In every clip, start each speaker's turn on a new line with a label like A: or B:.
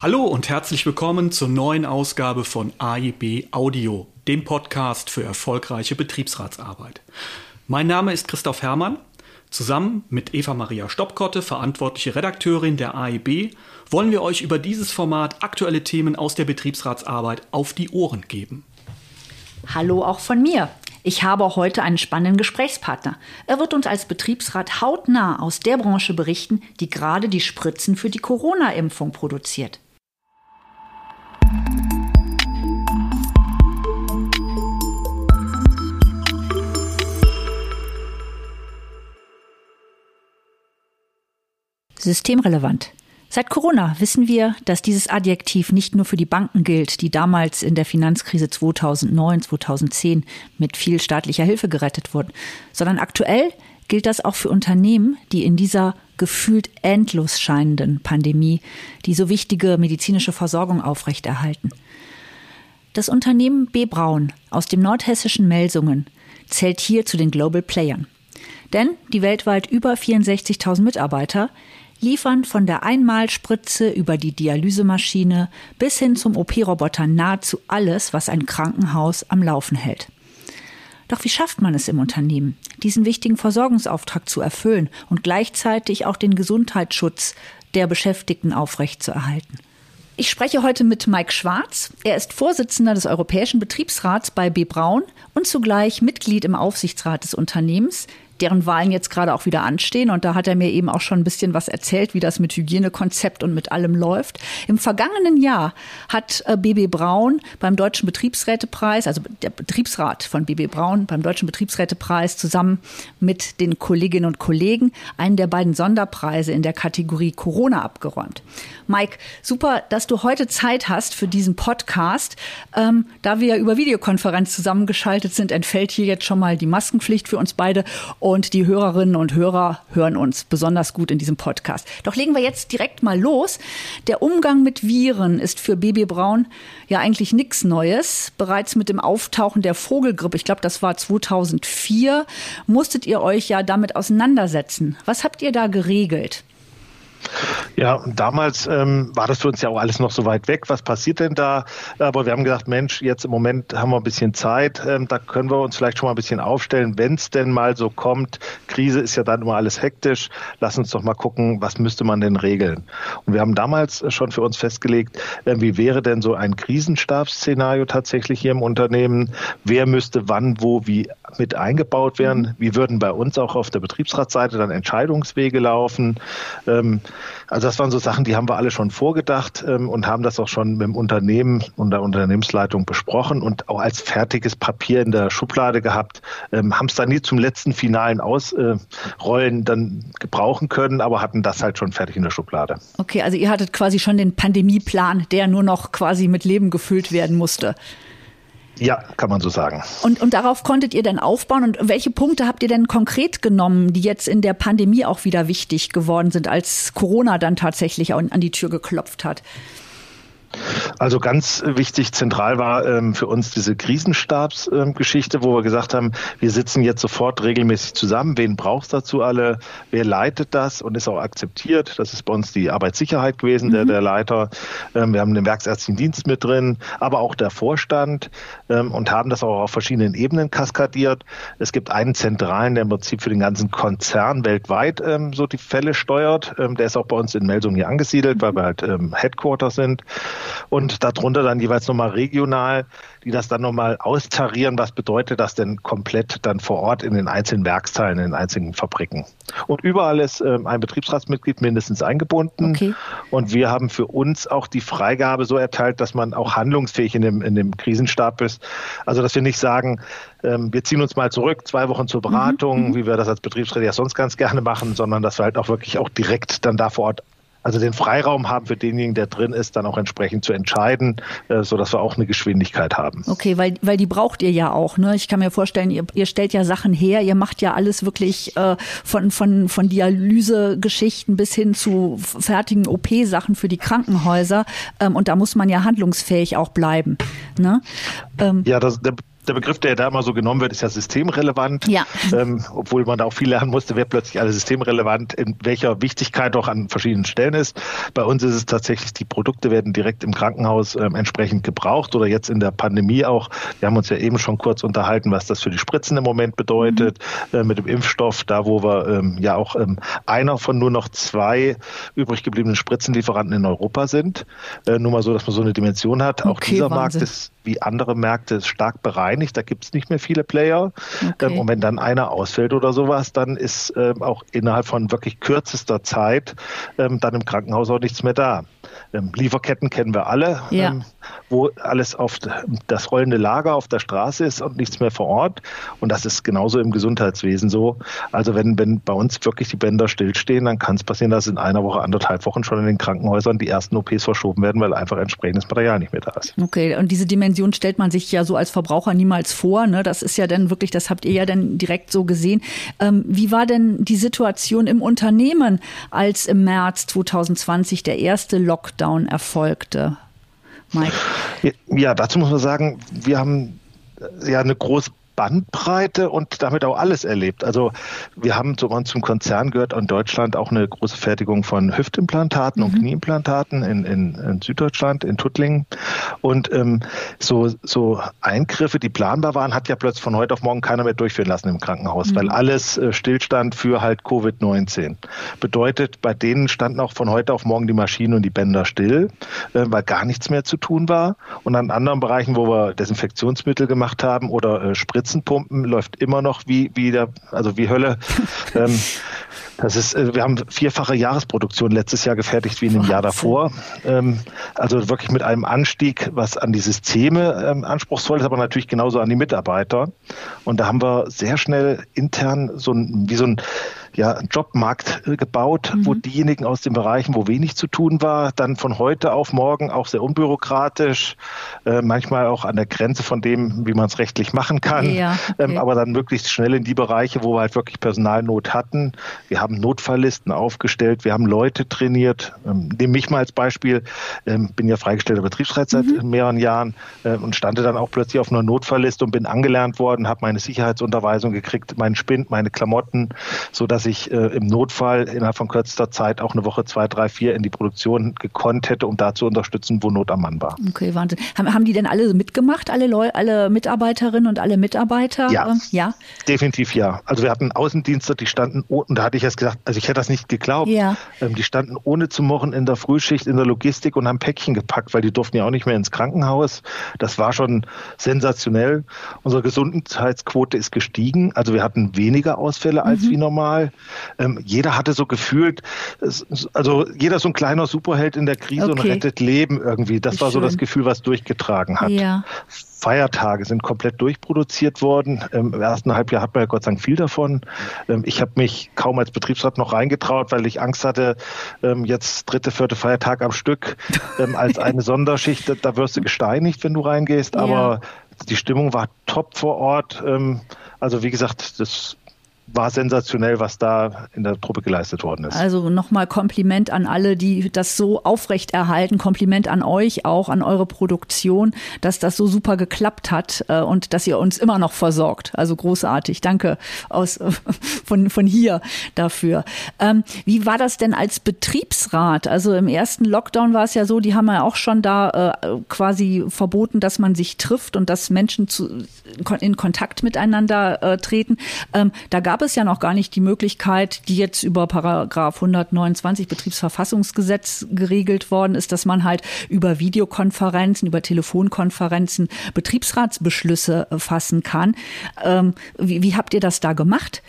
A: Hallo und herzlich willkommen zur neuen Ausgabe von AIB Audio, dem Podcast für erfolgreiche Betriebsratsarbeit. Mein Name ist Christoph Herrmann. Zusammen mit Eva-Maria Stoppkotte, verantwortliche Redakteurin der AIB, wollen wir euch über dieses Format aktuelle Themen aus der Betriebsratsarbeit auf die Ohren geben.
B: Hallo auch von mir. Ich habe heute einen spannenden Gesprächspartner. Er wird uns als Betriebsrat hautnah aus der Branche berichten, die gerade die Spritzen für die Corona-Impfung produziert. Systemrelevant. Seit Corona wissen wir, dass dieses Adjektiv nicht nur für die Banken gilt, die damals in der Finanzkrise 2009, 2010 mit viel staatlicher Hilfe gerettet wurden, sondern aktuell gilt das auch für Unternehmen, die in dieser gefühlt endlos scheinenden Pandemie die so wichtige medizinische Versorgung aufrechterhalten. Das Unternehmen B. Braun aus dem nordhessischen Melsungen zählt hier zu den Global Playern. Denn die weltweit über 64.000 Mitarbeiter liefern von der Einmalspritze über die Dialysemaschine bis hin zum OP-Roboter nahezu alles, was ein Krankenhaus am Laufen hält. Doch wie schafft man es im Unternehmen, diesen wichtigen Versorgungsauftrag zu erfüllen und gleichzeitig auch den Gesundheitsschutz der Beschäftigten aufrechtzuerhalten? Ich spreche heute mit Mike Schwarz. Er ist Vorsitzender des Europäischen Betriebsrats bei B. Braun und zugleich Mitglied im Aufsichtsrat des Unternehmens, deren Wahlen jetzt gerade auch wieder anstehen. Und da hat er mir eben auch schon ein bisschen was erzählt, wie das mit Hygienekonzept und mit allem läuft. Im vergangenen Jahr hat BB Braun beim Deutschen Betriebsrätepreis, also der Betriebsrat von BB Braun beim Deutschen Betriebsrätepreis zusammen mit den Kolleginnen und Kollegen einen der beiden Sonderpreise in der Kategorie Corona abgeräumt. Mike, super, dass du heute Zeit hast für diesen Podcast. Da wir über Videokonferenz zusammengeschaltet sind, entfällt hier jetzt schon mal die Maskenpflicht für uns beide. Und die Hörerinnen und Hörer hören uns besonders gut in diesem Podcast. Doch legen wir jetzt direkt mal los. Der Umgang mit Viren ist für BB Braun ja eigentlich nichts Neues. Bereits mit dem Auftauchen der Vogelgrippe, ich glaube, das war 2004, musstet ihr euch ja damit auseinandersetzen. Was habt ihr da geregelt?
C: Ja, damals war das für uns ja auch alles noch so weit weg. Was passiert denn da? Aber wir haben gesagt, Mensch, jetzt im Moment haben wir ein bisschen Zeit. Da können wir uns vielleicht schon mal ein bisschen aufstellen, wenn es denn mal so kommt. Krise ist ja dann immer alles hektisch. Lass uns doch mal gucken, was müsste man denn regeln? Und wir haben damals schon für uns festgelegt, wie wäre denn so ein Krisenstabsszenario tatsächlich hier im Unternehmen? Wer müsste wann, wo, wie mit eingebaut werden? Wie würden bei uns auch auf der Betriebsratsseite dann Entscheidungswege laufen? Also das waren so Sachen, die haben wir alle schon vorgedacht und haben das auch schon mit dem Unternehmen und der Unternehmensleitung besprochen und auch als fertiges Papier in der Schublade gehabt, haben es dann nie zum letzten finalen Ausrollen dann gebrauchen können, aber hatten das halt schon fertig in der Schublade.
B: Okay, also ihr hattet quasi schon den Pandemieplan, der nur noch quasi mit Leben gefüllt werden musste.
C: Ja, kann man so sagen.
B: Und darauf konntet ihr dann aufbauen. Und welche Punkte habt ihr denn konkret genommen, die jetzt in der Pandemie auch wieder wichtig geworden sind, als Corona dann tatsächlich an die Tür geklopft hat?
C: Also ganz wichtig, zentral war für uns diese Krisenstabsgeschichte, wo wir gesagt haben, wir sitzen jetzt sofort regelmäßig zusammen. Wen braucht es dazu alle? Wer leitet das und ist auch akzeptiert? Das ist bei uns die Arbeitssicherheit gewesen, der Leiter. Wir haben den werksärztlichen Dienst mit drin, aber auch der Vorstand und haben das auch auf verschiedenen Ebenen kaskadiert. Es gibt einen zentralen, der im Prinzip für den ganzen Konzern weltweit so die Fälle steuert. Der ist auch bei uns in Melsungen hier angesiedelt, weil wir halt Headquarter sind. Und darunter dann jeweils nochmal regional, die das dann nochmal austarieren. Was bedeutet das denn komplett dann vor Ort in den einzelnen Werksteilen, in den einzelnen Fabriken? Und überall ist ein Betriebsratsmitglied mindestens eingebunden. Okay. Und wir haben für uns auch die Freigabe so erteilt, dass man auch handlungsfähig in dem Krisenstab ist. Also, dass wir nicht sagen, wir ziehen uns mal zurück, 2 Wochen zur Beratung, wie wir das als Betriebsräte ja sonst ganz gerne machen, sondern dass wir halt auch wirklich auch direkt dann da vor Ort also den Freiraum haben für denjenigen, der drin ist, dann auch entsprechend zu entscheiden, sodass wir auch eine Geschwindigkeit haben.
B: Okay, weil die braucht ihr ja auch, ne? Ich kann mir vorstellen, ihr stellt ja Sachen her, ihr macht ja alles wirklich von Dialysegeschichten bis hin zu fertigen OP-Sachen für die Krankenhäuser und da muss man ja handlungsfähig auch bleiben, ne?
C: Ja, der der Begriff, der da immer so genommen wird, ist ja systemrelevant.
B: Ja.
C: Obwohl man da auch viel lernen musste, wer plötzlich alles systemrelevant in welcher Wichtigkeit auch an verschiedenen Stellen ist. Bei uns ist es tatsächlich, die Produkte werden direkt im Krankenhaus entsprechend gebraucht oder jetzt in der Pandemie auch. Wir haben uns ja eben schon kurz unterhalten, was das für die Spritzen im Moment bedeutet, mit dem Impfstoff, da wo wir ja auch einer von nur noch 2 übrig gebliebenen Spritzenlieferanten in Europa sind. Nur mal so, dass man so eine Dimension hat. Auch dieser Wahnsinn. Markt ist wie andere Märkte stark bereinigt. Da gibt es nicht mehr viele Player. Okay. Und wenn dann einer ausfällt oder sowas, dann ist auch innerhalb von wirklich kürzester Zeit dann im Krankenhaus auch nichts mehr da. Lieferketten kennen wir alle, wo alles auf das rollende Lager auf der Straße ist und nichts mehr vor Ort. Und das ist genauso im Gesundheitswesen so. Also wenn bei uns wirklich die Bänder stillstehen, dann kann es passieren, dass in einer Woche, 1,5 Wochen schon in den Krankenhäusern die ersten OPs verschoben werden, weil einfach entsprechendes Material nicht mehr da ist.
B: Okay, und diese Dimension stellt man sich ja so als Verbraucher niemals vor. Ne? Das ist ja dann wirklich, das habt ihr ja dann direkt so gesehen. Wie war denn die Situation im Unternehmen, als im März 2020 der erste Lockdown erfolgte? Mike?
C: Ja, dazu muss man sagen, wir haben ja eine große Bandbreite und damit auch alles erlebt. Also wir haben zum Konzern gehört in Deutschland auch eine große Fertigung von Hüftimplantaten und Knieimplantaten in Süddeutschland, in Tuttlingen. Und so Eingriffe, die planbar waren, hat ja plötzlich von heute auf morgen keiner mehr durchführen lassen im Krankenhaus, weil alles stillstand für halt Covid-19. Bedeutet, bei denen standen auch von heute auf morgen die Maschinen und die Bänder still, weil gar nichts mehr zu tun war. Und an anderen Bereichen, wo wir Desinfektionsmittel gemacht haben oder Spritzenpumpen, läuft immer noch wie Hölle. Das ist, wir haben 4-fache Jahresproduktion letztes Jahr gefertigt wie in dem Jahr davor. Also wirklich mit einem Anstieg, was an die Systeme anspruchsvoll ist, aber natürlich genauso an die Mitarbeiter. Und da haben wir sehr schnell intern so ein Jobmarkt gebaut, wo diejenigen aus den Bereichen, wo wenig zu tun war, dann von heute auf morgen auch sehr unbürokratisch, manchmal auch an der Grenze von dem, wie man es rechtlich machen kann, aber dann möglichst schnell in die Bereiche, wo wir halt wirklich Personalnot hatten. Wir haben Notfalllisten aufgestellt, wir haben Leute trainiert. Nehme mich mal als Beispiel, bin ja freigestellter Betriebsrat seit mehreren Jahren und stande dann auch plötzlich auf einer Notfallliste und bin angelernt worden, habe meine Sicherheitsunterweisung gekriegt, meinen Spind, meine Klamotten, sodass ich im Notfall innerhalb von kürzester Zeit auch eine Woche, 2, 3, 4 in die Produktion gekonnt hätte, um da zu unterstützen, wo Not am Mann war. Okay,
B: Wahnsinn. Haben die denn alle mitgemacht, alle Mitarbeiterinnen und alle Mitarbeiter?
C: Ja, definitiv ja. Also wir hatten Außendienste, die standen, und da hatte ich erst gesagt, also ich hätte das nicht geglaubt. Ja. Die standen ohne zu murren in der Frühschicht in der Logistik und haben Päckchen gepackt, weil die durften ja auch nicht mehr ins Krankenhaus. Das war schon sensationell. Unsere Gesundheitsquote ist gestiegen. Also wir hatten weniger Ausfälle als wie normal. Jeder hatte so gefühlt, also jeder so ein kleiner Superheld in der Krise und rettet Leben irgendwie. Das war so das Gefühl, was durchgetragen hat. Ja. Feiertage sind komplett durchproduziert worden. Im ersten Halbjahr hat man ja Gott sei Dank viel davon. Ich habe mich kaum als Betriebsrat noch reingetraut, weil ich Angst hatte, jetzt 3., 4. Feiertag am Stück als eine Sonderschicht, da wirst du gesteinigt, wenn du reingehst. Aber die Stimmung war top vor Ort. Also wie gesagt, das war sensationell, was da in der Truppe geleistet worden ist.
B: Also nochmal Kompliment an alle, die das so aufrechterhalten. Kompliment an euch auch, an eure Produktion, dass das so super geklappt hat und dass ihr uns immer noch versorgt. Also großartig. Danke von hier dafür. Wie war das denn als Betriebsrat? Also im ersten Lockdown war es ja so, die haben ja auch schon da quasi verboten, dass man sich trifft und dass Menschen in Kontakt miteinander treten. Da gab es ja noch gar nicht die Möglichkeit, die jetzt über Paragraph 129 Betriebsverfassungsgesetz geregelt worden ist, dass man halt über Videokonferenzen, über Telefonkonferenzen Betriebsratsbeschlüsse fassen kann. Wie habt ihr das da gemacht?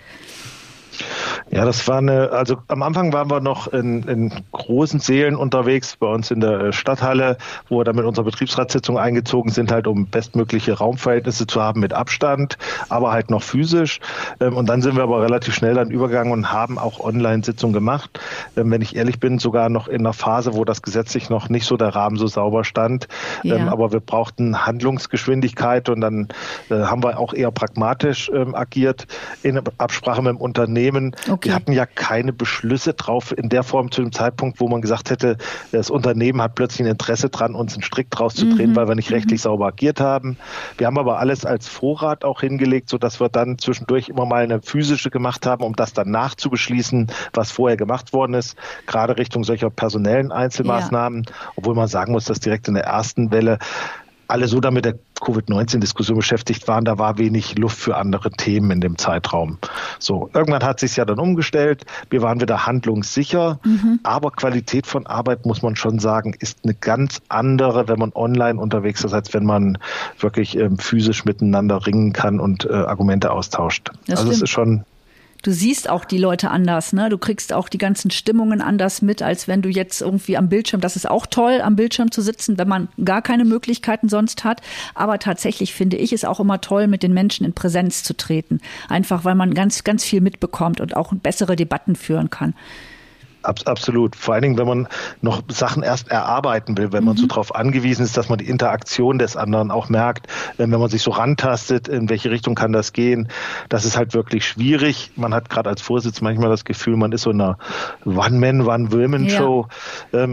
C: Ja, das war also am Anfang waren wir noch in großen Sälen unterwegs, bei uns in der Stadthalle, wo wir dann mit unserer Betriebsratssitzung eingezogen sind, halt um bestmögliche Raumverhältnisse zu haben mit Abstand, aber halt noch physisch. Und dann sind wir aber relativ schnell dann übergegangen und haben auch Online-Sitzungen gemacht. Wenn ich ehrlich bin, sogar noch in einer Phase, wo das gesetzlich noch nicht so der Rahmen so sauber stand. Ja. Aber wir brauchten Handlungsgeschwindigkeit und dann haben wir auch eher pragmatisch agiert in Absprache mit dem Unternehmen.
B: Okay.
C: Wir hatten ja keine Beschlüsse drauf in der Form zu dem Zeitpunkt, wo man gesagt hätte, das Unternehmen hat plötzlich ein Interesse dran, uns einen Strick draus zu drehen, weil wir nicht rechtlich sauber agiert haben. Wir haben aber alles als Vorrat auch hingelegt, sodass wir dann zwischendurch immer mal eine physische gemacht haben, um das dann nachzubeschließen, was vorher gemacht worden ist, gerade Richtung solcher personellen Einzelmaßnahmen, obwohl man sagen muss, dass direkt in der ersten Welle alle so damit der Covid-19-Diskussion beschäftigt waren, da war wenig Luft für andere Themen in dem Zeitraum. So, irgendwann hat sich ja dann umgestellt. Wir waren wieder handlungssicher, aber Qualität von Arbeit, muss man schon sagen, ist eine ganz andere, wenn man online unterwegs ist, als wenn man wirklich physisch miteinander ringen kann und Argumente austauscht.
B: Das
C: es ist schon.
B: Du siehst auch die Leute anders, ne? Du kriegst auch die ganzen Stimmungen anders mit, als wenn du jetzt irgendwie am Bildschirm, das ist auch toll, am Bildschirm zu sitzen, wenn man gar keine Möglichkeiten sonst hat. Aber tatsächlich finde ich es auch immer toll, mit den Menschen in Präsenz zu treten. Einfach, weil man ganz, ganz viel mitbekommt und auch bessere Debatten führen kann.
C: Absolut. Vor allen Dingen, wenn man noch Sachen erst erarbeiten will, wenn man so darauf angewiesen ist, dass man die Interaktion des anderen auch merkt, wenn man sich so rantastet, in welche Richtung kann das gehen, das ist halt wirklich schwierig. Man hat gerade als Vorsitz manchmal das Gefühl, man ist so in einer One-Man, One-Women-Show. Ja.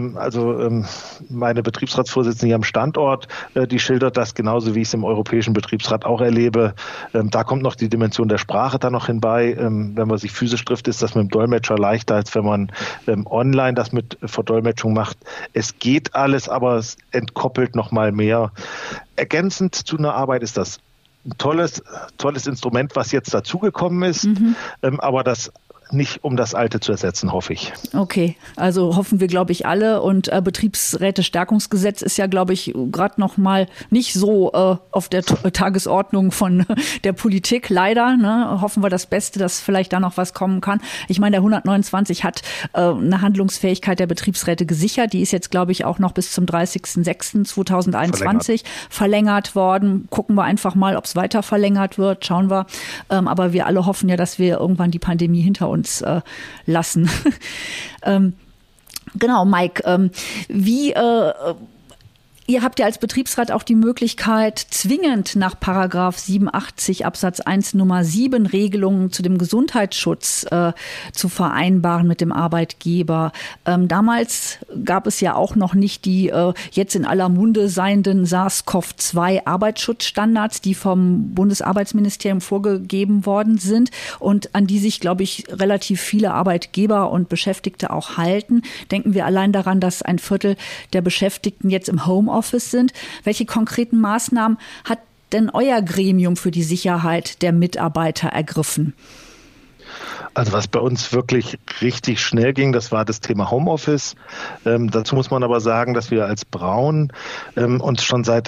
C: Meine Betriebsratsvorsitzende hier am Standort, die schildert das genauso, wie ich es im Europäischen Betriebsrat auch erlebe. Da kommt noch die Dimension der Sprache da noch hinbei. Wenn man sich physisch trifft, ist das mit dem Dolmetscher leichter, als wenn man online das mit Verdolmetschung macht. Es geht alles, aber es entkoppelt noch mal mehr. Ergänzend zu einer Arbeit ist das ein tolles Instrument, was jetzt dazugekommen ist, aber das nicht, um das Alte zu ersetzen, hoffe ich.
B: Okay, also hoffen wir, glaube ich, alle. Und Betriebsräte-Stärkungsgesetz ist ja, glaube ich, gerade noch mal nicht so auf der Tagesordnung von der Politik, leider. Ne? Hoffen wir das Beste, dass vielleicht da noch was kommen kann. Ich meine, der 129 hat eine Handlungsfähigkeit der Betriebsräte gesichert. Die ist jetzt, glaube ich, auch noch bis zum 30.06.2021 verlängert worden. Gucken wir einfach mal, ob es weiter verlängert wird. Schauen wir. Aber wir alle hoffen ja, dass wir irgendwann die Pandemie hinter uns lassen. Genau, Mike, ihr habt ja als Betriebsrat auch die Möglichkeit, zwingend nach Paragraph 87 Absatz 1 Nummer 7 Regelungen zu dem Gesundheitsschutz zu vereinbaren mit dem Arbeitgeber. Damals gab es ja auch noch nicht die jetzt in aller Munde seienden SARS-CoV-2 Arbeitsschutzstandards, die vom Bundesarbeitsministerium vorgegeben worden sind und an die sich, glaube ich, relativ viele Arbeitgeber und Beschäftigte auch halten. Denken wir allein daran, dass ein Viertel der Beschäftigten jetzt im Homeoffice sind. Welche konkreten Maßnahmen hat denn euer Gremium für die Sicherheit der Mitarbeiter ergriffen?
C: Also was bei uns wirklich richtig schnell ging, das war das Thema Homeoffice. Dazu muss man aber sagen, dass wir als Braun uns schon seit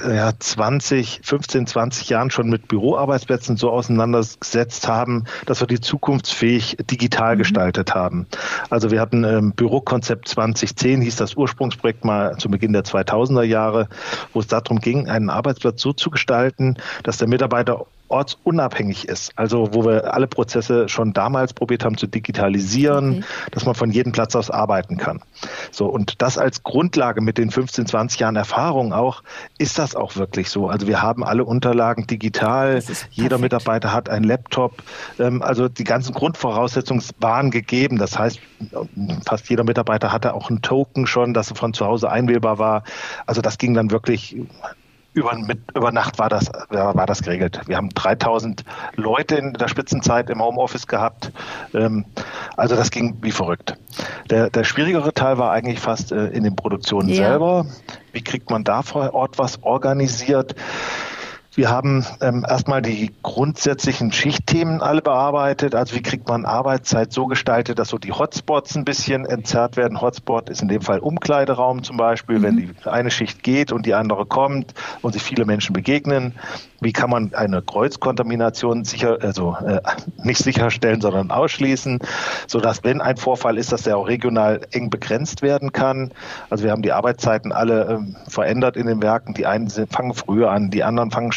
C: 15, 20 Jahren schon mit Büroarbeitsplätzen so auseinandergesetzt haben, dass wir die zukunftsfähig digital gestaltet haben. Also wir hatten Bürokonzept 2010, hieß das Ursprungsprojekt mal zu Beginn der 2000er Jahre, wo es darum ging, einen Arbeitsplatz so zu gestalten, dass der Mitarbeiter ortsunabhängig ist. Also wo wir alle Prozesse schon damals probiert haben zu digitalisieren, dass man von jedem Platz aus arbeiten kann. So, und das als Grundlage mit den 15, 20 Jahren Erfahrung auch, ist das auch wirklich so. Also wir haben alle Unterlagen digital, jeder Mitarbeiter hat einen Laptop. Also die ganzen Grundvoraussetzungen waren gegeben. Das heißt, fast jeder Mitarbeiter hatte auch einen Token schon, dass er von zu Hause einwählbar war. Also das ging dann wirklich über Nacht war das geregelt. Wir haben 3000 Leute in der Spitzenzeit im Homeoffice gehabt. Also das ging wie verrückt. Der schwierigere Teil war eigentlich fast in den Produktionen selber. Wie kriegt man da vor Ort was organisiert? Wir haben erstmal die grundsätzlichen Schichtthemen alle bearbeitet. Also wie kriegt man Arbeitszeit so gestaltet, dass so die Hotspots ein bisschen entzerrt werden. Hotspot ist in dem Fall Umkleideraum zum Beispiel, wenn die eine Schicht geht und die andere kommt und sich viele Menschen begegnen. Wie kann man eine Kreuzkontamination nicht sicherstellen, sondern ausschließen, sodass, wenn ein Vorfall ist, dass der auch regional eng begrenzt werden kann. Also wir haben die Arbeitszeiten alle verändert in den Werken. Die einen fangen früher an, die anderen fangen später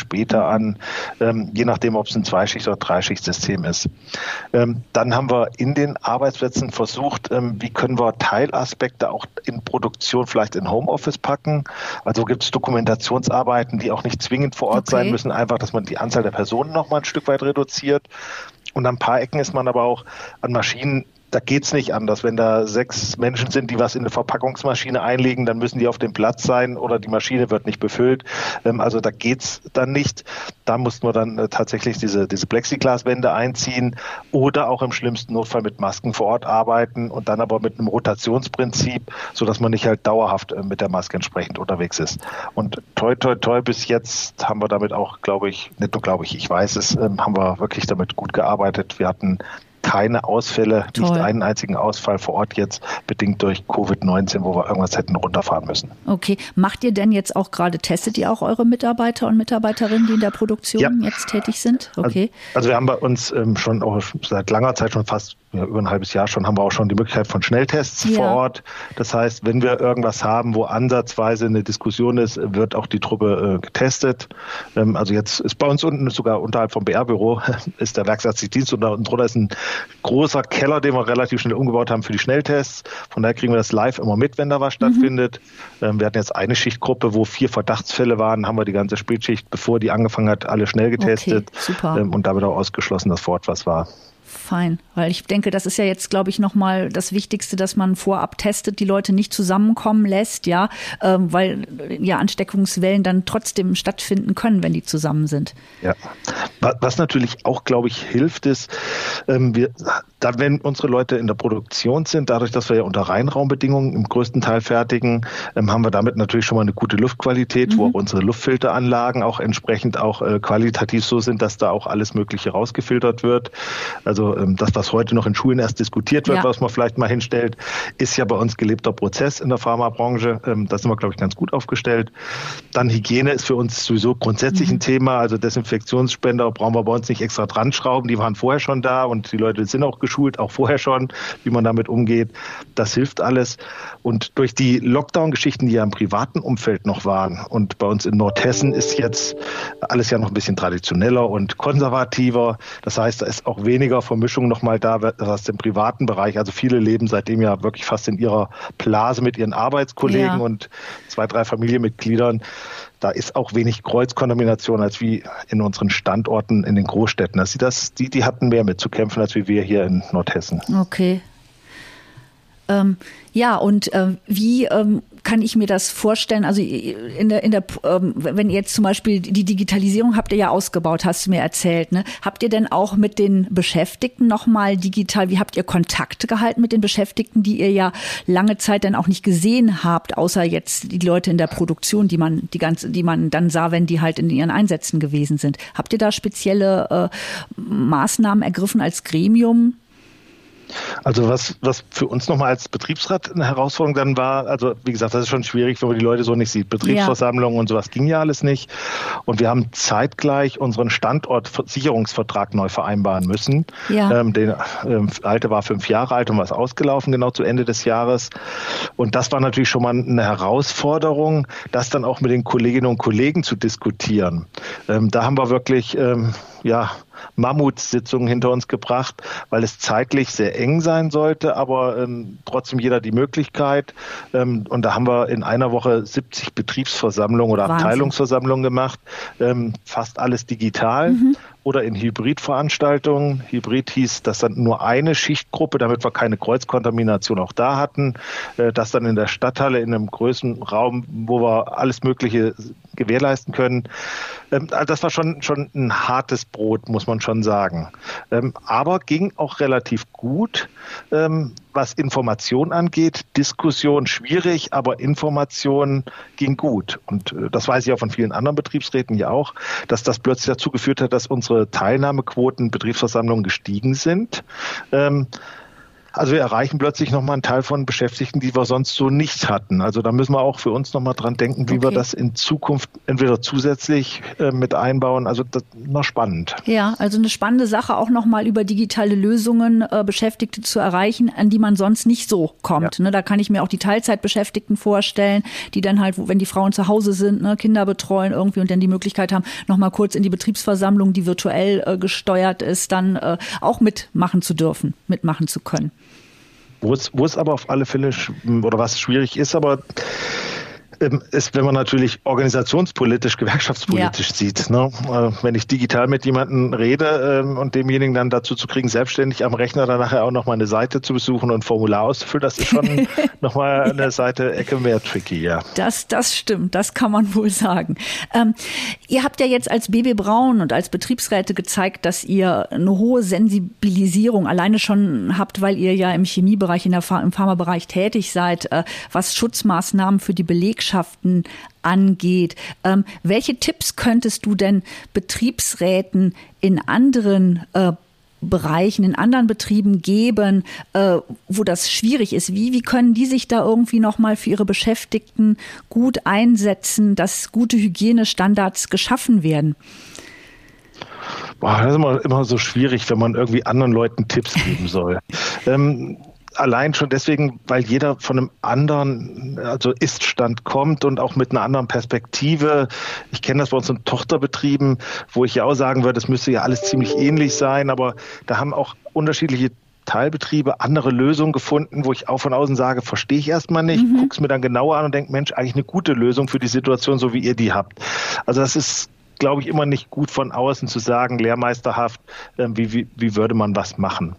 C: später an, je nachdem, ob es ein Zweischicht- oder Dreischichtsystem ist. Dann haben wir in den Arbeitsplätzen versucht, wie können wir Teilaspekte auch in Produktion vielleicht in Homeoffice packen. Also gibt es Dokumentationsarbeiten, die auch nicht zwingend vor Ort sein müssen, einfach, dass man die Anzahl der Personen noch mal ein Stück weit reduziert. Und an ein paar Ecken ist man aber auch an Maschinen, da geht's nicht anders. Wenn da 6 Menschen sind, die was in eine Verpackungsmaschine einlegen, dann müssen die auf dem Platz sein oder die Maschine wird nicht befüllt. Also da geht's dann nicht. Da mussten wir dann tatsächlich diese Plexiglaswände einziehen oder auch im schlimmsten Notfall mit Masken vor Ort arbeiten und dann aber mit einem Rotationsprinzip, sodass man nicht halt dauerhaft mit der Maske entsprechend unterwegs ist. Und toi, toi, toi, bis jetzt haben wir damit auch, glaube ich, nicht nur glaube ich weiß es, haben wir wirklich damit gut gearbeitet. Wir hatten keine Ausfälle, nicht einen einzigen Ausfall vor Ort jetzt, bedingt durch Covid-19, wo wir irgendwas hätten runterfahren müssen.
B: Okay. Macht ihr denn jetzt auch gerade, testet ihr auch eure Mitarbeiter und Mitarbeiterinnen, die in der Produktion jetzt tätig sind? Okay.
C: Also wir haben bei uns schon auch seit langer Zeit, schon fast über ein halbes Jahr schon, haben wir auch schon die Möglichkeit von Schnelltests vor Ort. Das heißt, wenn wir irgendwas haben, wo ansatzweise eine Diskussion ist, wird auch die Truppe getestet. Also jetzt ist bei uns unten, sogar unterhalb vom BR-Büro, ist der Werksarztdienst und drunter ist ein großer Keller, den wir relativ schnell umgebaut haben für die Schnelltests. Von daher kriegen wir das live immer mit, wenn da was stattfindet. Wir hatten jetzt eine Schichtgruppe, wo 4 Verdachtsfälle waren, haben wir die ganze Spätschicht, bevor die angefangen hat, alle schnell getestet.
B: Okay, super.
C: Und damit auch ausgeschlossen, dass vor Ort was war.
B: Fein, weil ich denke, das ist ja jetzt, glaube ich, nochmal das Wichtigste, dass man vorab testet, die Leute nicht zusammenkommen lässt, weil Ansteckungswellen dann trotzdem stattfinden können, wenn die zusammen sind.
C: Ja, was natürlich auch, glaube ich, hilft, ist, wenn unsere Leute in der Produktion sind, dadurch, dass wir ja unter Reinraumbedingungen im größten Teil fertigen, haben wir damit natürlich schon mal eine gute Luftqualität, wo auch unsere Luftfilteranlagen auch entsprechend auch qualitativ so sind, dass da auch alles Mögliche rausgefiltert wird. Also das, was heute noch in Schulen erst diskutiert wird, was man vielleicht mal hinstellt, ist ja bei uns gelebter Prozess in der Pharmabranche. Da sind wir, glaube ich, ganz gut aufgestellt. Dann Hygiene ist für uns sowieso grundsätzlich ein Thema. Also Desinfektionsspender brauchen wir bei uns nicht extra dran schrauben. Die waren vorher schon da und die Leute sind auch geschult, auch vorher schon, wie man damit umgeht. Das hilft alles. Und durch die Lockdown-Geschichten, die ja im privaten Umfeld noch waren und bei uns in Nordhessen ist jetzt alles ja noch ein bisschen traditioneller und konservativer. Das heißt, da ist auch weniger Vermischung nochmal da, was den privaten Bereich, also viele leben seitdem ja wirklich fast in ihrer Blase mit ihren Arbeitskollegen und 2, 3 Familienmitgliedern. Da ist auch wenig Kreuzkontamination als wie in unseren Standorten in den Großstädten. Die hatten mehr mitzukämpfen als wie wir hier in Nordhessen.
B: Okay. Wie kann ich mir das vorstellen? Also wenn ihr jetzt zum Beispiel die Digitalisierung habt ihr ja ausgebaut, hast du mir erzählt, ne? Habt ihr denn auch mit den Beschäftigten nochmal digital, wie habt ihr Kontakt gehalten mit den Beschäftigten, die ihr ja lange Zeit dann auch nicht gesehen habt, außer jetzt die Leute in der Produktion, die man dann sah, wenn die halt in ihren Einsätzen gewesen sind? Habt ihr da spezielle Maßnahmen ergriffen als Gremium?
C: Also was für uns nochmal als Betriebsrat eine Herausforderung dann war, also wie gesagt, das ist schon schwierig, wenn man die Leute so nicht sieht. Betriebsversammlungen und sowas ging ja alles nicht. Und wir haben zeitgleich unseren Standortsicherungsvertrag neu vereinbaren müssen. Ja. Der alte war 5 Jahre alt und war ausgelaufen, genau zu Ende des Jahres. Und das war natürlich schon mal eine Herausforderung, das dann auch mit den Kolleginnen und Kollegen zu diskutieren. Da haben wir wirklich Mammutsitzungen hinter uns gebracht, weil es zeitlich sehr eng sein sollte, aber trotzdem jeder die Möglichkeit. Und da haben wir in einer Woche 70 Betriebsversammlungen oder Abteilungsversammlungen gemacht, fast alles digital. Oder in Hybridveranstaltungen. Hybrid hieß, dass dann nur eine Schichtgruppe, damit wir keine Kreuzkontamination auch da hatten, das dann in der Stadthalle in einem größeren Raum, wo wir alles Mögliche gewährleisten können. Das war schon ein hartes Brot, muss man schon sagen. Aber ging auch relativ gut, was Information angeht. Diskussion schwierig, aber Information ging gut. Und das weiß ich auch von vielen anderen Betriebsräten ja auch, dass das plötzlich dazu geführt hat, dass unsere Teilnahmequoten in Betriebsversammlungen gestiegen sind. Also wir erreichen plötzlich nochmal einen Teil von Beschäftigten, die wir sonst so nicht hatten. Also da müssen wir auch für uns nochmal dran denken, wie wir das in Zukunft entweder zusätzlich mit einbauen. Also das ist noch spannend.
B: Ja, also eine spannende Sache, auch nochmal über digitale Lösungen Beschäftigte zu erreichen, an die man sonst nicht so kommt. Ja. Da kann ich mir auch die Teilzeitbeschäftigten vorstellen, die dann halt, wenn die Frauen zu Hause sind, Kinder betreuen irgendwie und dann die Möglichkeit haben, nochmal kurz in die Betriebsversammlung, die virtuell gesteuert ist, dann auch mitmachen zu dürfen, mitmachen zu können.
C: Wo es aber auf alle Fälle, oder was schwierig ist, aber ist, wenn man natürlich organisationspolitisch, gewerkschaftspolitisch sieht. Ne? Wenn ich digital mit jemandem rede und demjenigen dann dazu zu kriegen, selbstständig am Rechner dann nachher auch nochmal eine Seite zu besuchen und ein Formular auszufüllen, das ist schon nochmal eine Ecke mehr tricky, ja.
B: Das stimmt, das kann man wohl sagen. Ihr habt ja jetzt als BB Braun und als Betriebsräte gezeigt, dass ihr eine hohe Sensibilisierung alleine schon habt, weil ihr ja im Chemiebereich, im Pharmabereich tätig seid, was Schutzmaßnahmen für die Belegschaften angeht. Welche Tipps könntest du denn Betriebsräten in anderen Bereichen, in anderen Betrieben geben, wo das schwierig ist? Wie können die sich da irgendwie nochmal für ihre Beschäftigten gut einsetzen, dass gute Hygienestandards geschaffen werden?
C: Das ist immer so schwierig, wenn man irgendwie anderen Leuten Tipps geben soll. Allein schon deswegen, weil jeder von einem anderen Ist-Stand kommt und auch mit einer anderen Perspektive. Ich kenne das bei unseren Tochterbetrieben, wo ich ja auch sagen würde, es müsste ja alles ziemlich ähnlich sein, aber da haben auch unterschiedliche Teilbetriebe andere Lösungen gefunden, wo ich auch von außen sage, verstehe ich erstmal nicht, gucke es mir dann genauer an und denke, Mensch, eigentlich eine gute Lösung für die Situation, so wie ihr die habt. Also das ist, glaube ich, immer nicht gut von außen zu sagen, lehrmeisterhaft, wie würde man was machen.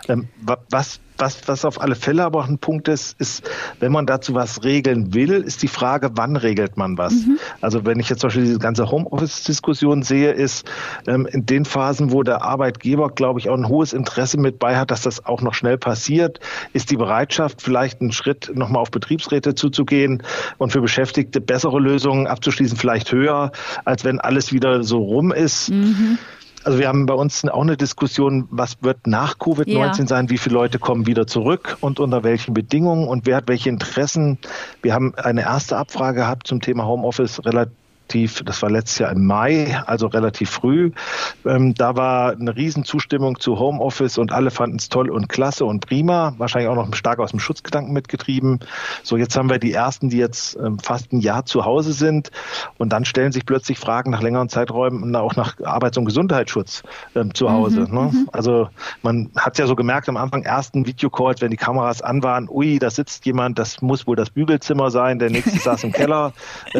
C: Was auf alle Fälle aber auch ein Punkt ist, wenn man dazu was regeln will, ist die Frage, wann regelt man was? Also wenn ich jetzt zum Beispiel diese ganze Homeoffice-Diskussion sehe, ist in den Phasen, wo der Arbeitgeber, glaube ich, auch ein hohes Interesse mit bei hat, dass das auch noch schnell passiert, ist die Bereitschaft, vielleicht einen Schritt nochmal auf Betriebsräte zuzugehen und für Beschäftigte bessere Lösungen abzuschließen, vielleicht höher, als wenn alles wieder so rum ist. Also wir haben bei uns auch eine Diskussion, was wird nach Covid-19 sein, wie viele Leute kommen wieder zurück und unter welchen Bedingungen und wer hat welche Interessen. Wir haben eine erste Abfrage gehabt zum Thema Homeoffice das war letztes Jahr im Mai, also relativ früh. Da war eine Riesenzustimmung zu Homeoffice und alle fanden es toll und klasse und prima. Wahrscheinlich auch noch stark aus dem Schutzgedanken mitgetrieben. So, jetzt haben wir die ersten, die jetzt fast ein Jahr zu Hause sind und dann stellen sich plötzlich Fragen nach längeren Zeiträumen auch nach Arbeits- und Gesundheitsschutz zu Hause. Ne? Also man hat ja so gemerkt am Anfang ersten Videocalls, wenn die Kameras an waren, ui, da sitzt jemand, das muss wohl das Bügelzimmer sein, der nächste saß im Keller,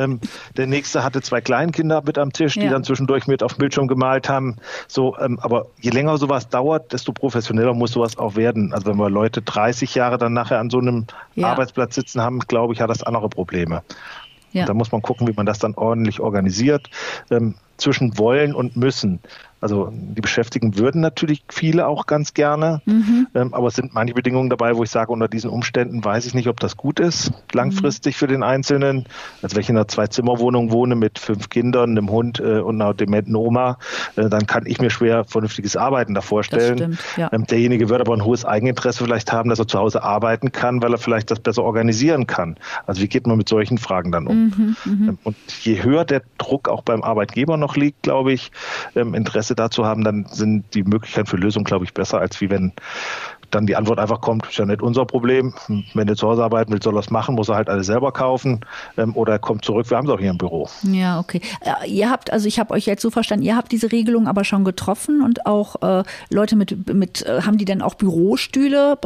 C: der nächste hatte 2 Kleinkinder mit am Tisch, die dann zwischendurch mit auf dem Bildschirm gemalt haben. So, aber je länger sowas dauert, desto professioneller muss sowas auch werden. Also wenn wir Leute 30 Jahre dann nachher an so einem Arbeitsplatz sitzen haben, glaube ich, hat das andere Probleme. Ja. Da muss man gucken, wie man das dann ordentlich organisiert. Zwischen wollen und müssen. Also die Beschäftigten würden natürlich viele auch ganz gerne, aber es sind manche Bedingungen dabei, wo ich sage, unter diesen Umständen weiß ich nicht, ob das gut ist, langfristig für den Einzelnen. Also wenn ich in einer 2-Zimmer-Wohnung wohne mit 5 Kindern, einem Hund und einer dementen Oma, dann kann ich mir schwer vernünftiges Arbeiten da vorstellen. Das stimmt, derjenige wird aber ein hohes Eigeninteresse vielleicht haben, dass er zu Hause arbeiten kann, weil er vielleicht das besser organisieren kann. Also wie geht man mit solchen Fragen dann um? Und je höher der Druck auch beim Arbeitgeber noch liegt, glaube ich, Interesse dazu haben, dann sind die Möglichkeiten für Lösungen, glaube ich, besser, als wie wenn dann die Antwort einfach kommt, ist ja nicht unser Problem. Wenn er zu Hause arbeiten will, soll er es machen, muss er halt alles selber kaufen oder er kommt zurück, wir haben es auch hier im Büro.
B: Ja, okay. Ihr habt, also ich habe euch jetzt so verstanden, ihr habt diese Regelung aber schon getroffen und auch Leute haben die denn auch Bürostühle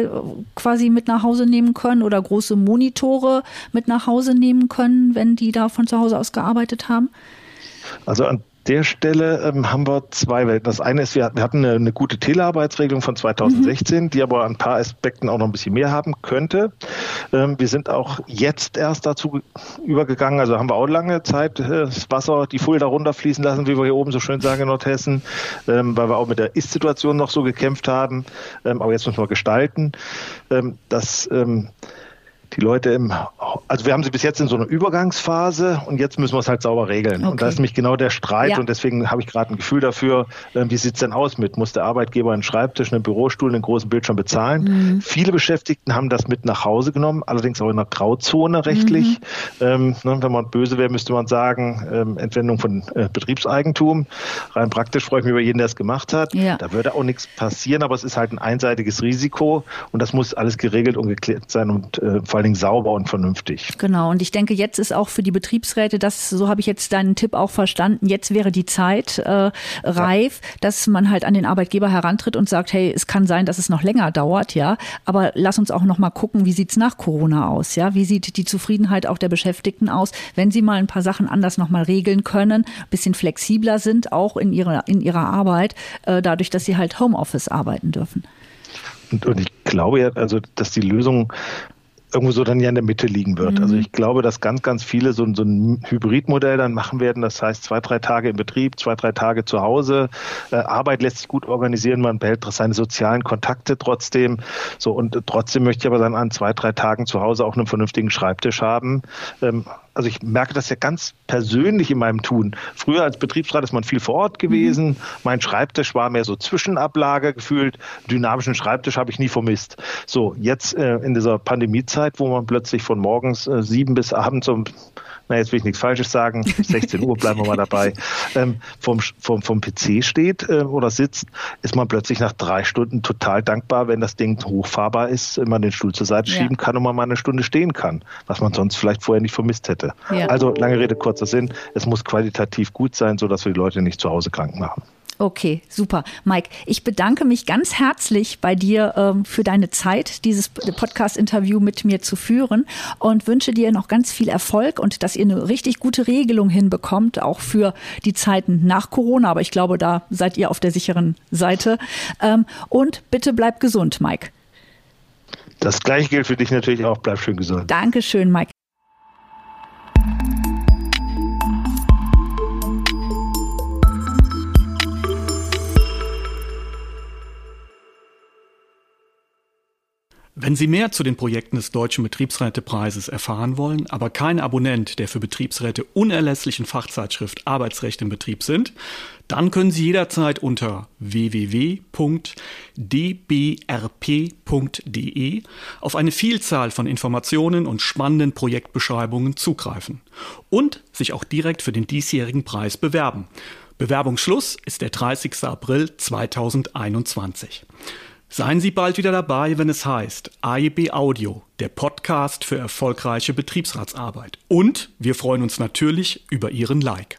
B: quasi mit nach Hause nehmen können oder große Monitore mit nach Hause nehmen können, wenn die da von zu Hause aus gearbeitet haben?
C: Also an der Stelle haben wir 2 Welten. Das eine ist, wir hatten eine gute Telearbeitsregelung von 2016, die aber an ein paar Aspekten auch noch ein bisschen mehr haben könnte. Wir sind auch jetzt erst dazu übergegangen, also haben wir auch lange Zeit das Wasser, die Fulda runterfließen lassen, wie wir hier oben so schön sagen in Nordhessen, weil wir auch mit der Ist-Situation noch so gekämpft haben. Aber jetzt müssen wir gestalten, dass die Leute also wir haben sie bis jetzt in so einer Übergangsphase und jetzt müssen wir es halt sauber regeln. Okay. Und da ist nämlich genau der Streit und deswegen habe ich gerade ein Gefühl dafür, wie sieht es denn aus mit, muss der Arbeitgeber einen Schreibtisch, einen Bürostuhl, einen großen Bildschirm bezahlen? Viele Beschäftigten haben das mit nach Hause genommen, allerdings auch in einer Grauzone rechtlich. Wenn man böse wäre, müsste man sagen, Entwendung von Betriebseigentum. Rein praktisch freue ich mich über jeden, der es gemacht hat. Ja. Da würde auch nichts passieren, aber es ist halt ein einseitiges Risiko und das muss alles geregelt und geklärt sein und vor allen Dingen sauber und vernünftig.
B: Genau, und ich denke, jetzt ist auch für die Betriebsräte, so habe ich jetzt deinen Tipp auch verstanden, jetzt wäre die Zeit reif, dass man halt an den Arbeitgeber herantritt und sagt, hey, es kann sein, dass es noch länger dauert, ja, aber lass uns auch noch mal gucken, wie sieht's nach Corona aus, ja, wie sieht die Zufriedenheit auch der Beschäftigten aus, wenn sie mal ein paar Sachen anders noch mal regeln können, ein bisschen flexibler sind, auch in ihrer Arbeit, dadurch, dass sie halt Homeoffice arbeiten dürfen.
C: Und ich glaube ja, also, dass die Lösung irgendwo so dann ja in der Mitte liegen wird. Also ich glaube, dass ganz, ganz viele so ein Hybridmodell dann machen werden. Das heißt 2-3 Tage im Betrieb, 2-3 Tage zu Hause. Arbeit lässt sich gut organisieren. Man behält seine sozialen Kontakte trotzdem. So, und trotzdem möchte ich aber dann an 2-3 Tagen zu Hause auch einen vernünftigen Schreibtisch haben. Also ich merke das ja ganz persönlich in meinem Tun. Früher als Betriebsrat ist man viel vor Ort gewesen. Mein Schreibtisch war mehr so Zwischenablage gefühlt. Dynamischen Schreibtisch habe ich nie vermisst. So, jetzt in dieser Pandemiezeit, wo man plötzlich von morgens 7 bis abends jetzt will ich nichts Falsches sagen, 16 Uhr bleiben wir mal dabei, vom PC steht oder sitzt, ist man plötzlich nach 3 Stunden total dankbar, wenn das Ding hochfahrbar ist, man den Stuhl zur Seite schieben kann und man mal eine Stunde stehen kann, was man sonst vielleicht vorher nicht vermisst hätte. Ja. Also lange Rede, kurzer Sinn, es muss qualitativ gut sein, sodass wir die Leute nicht zu Hause krank machen.
B: Okay, super. Mike, ich bedanke mich ganz herzlich bei dir für deine Zeit, dieses Podcast-Interview mit mir zu führen und wünsche dir noch ganz viel Erfolg und dass ihr eine richtig gute Regelung hinbekommt, auch für die Zeiten nach Corona. Aber ich glaube, da seid ihr auf der sicheren Seite. Und bitte bleib gesund, Mike.
C: Das Gleiche gilt für dich natürlich auch. Bleib schön gesund.
B: Dankeschön, Mike.
A: Wenn Sie mehr zu den Projekten des Deutschen Betriebsrätepreises erfahren wollen, aber kein Abonnent der für Betriebsräte unerlässlichen Fachzeitschrift Arbeitsrecht im Betrieb sind, dann können Sie jederzeit unter www.dbrp.de auf eine Vielzahl von Informationen und spannenden Projektbeschreibungen zugreifen und sich auch direkt für den diesjährigen Preis bewerben. Bewerbungsschluss ist der 30. April 2021. Seien Sie bald wieder dabei, wenn es heißt AIB Audio, der Podcast für erfolgreiche Betriebsratsarbeit. Und wir freuen uns natürlich über Ihren Like.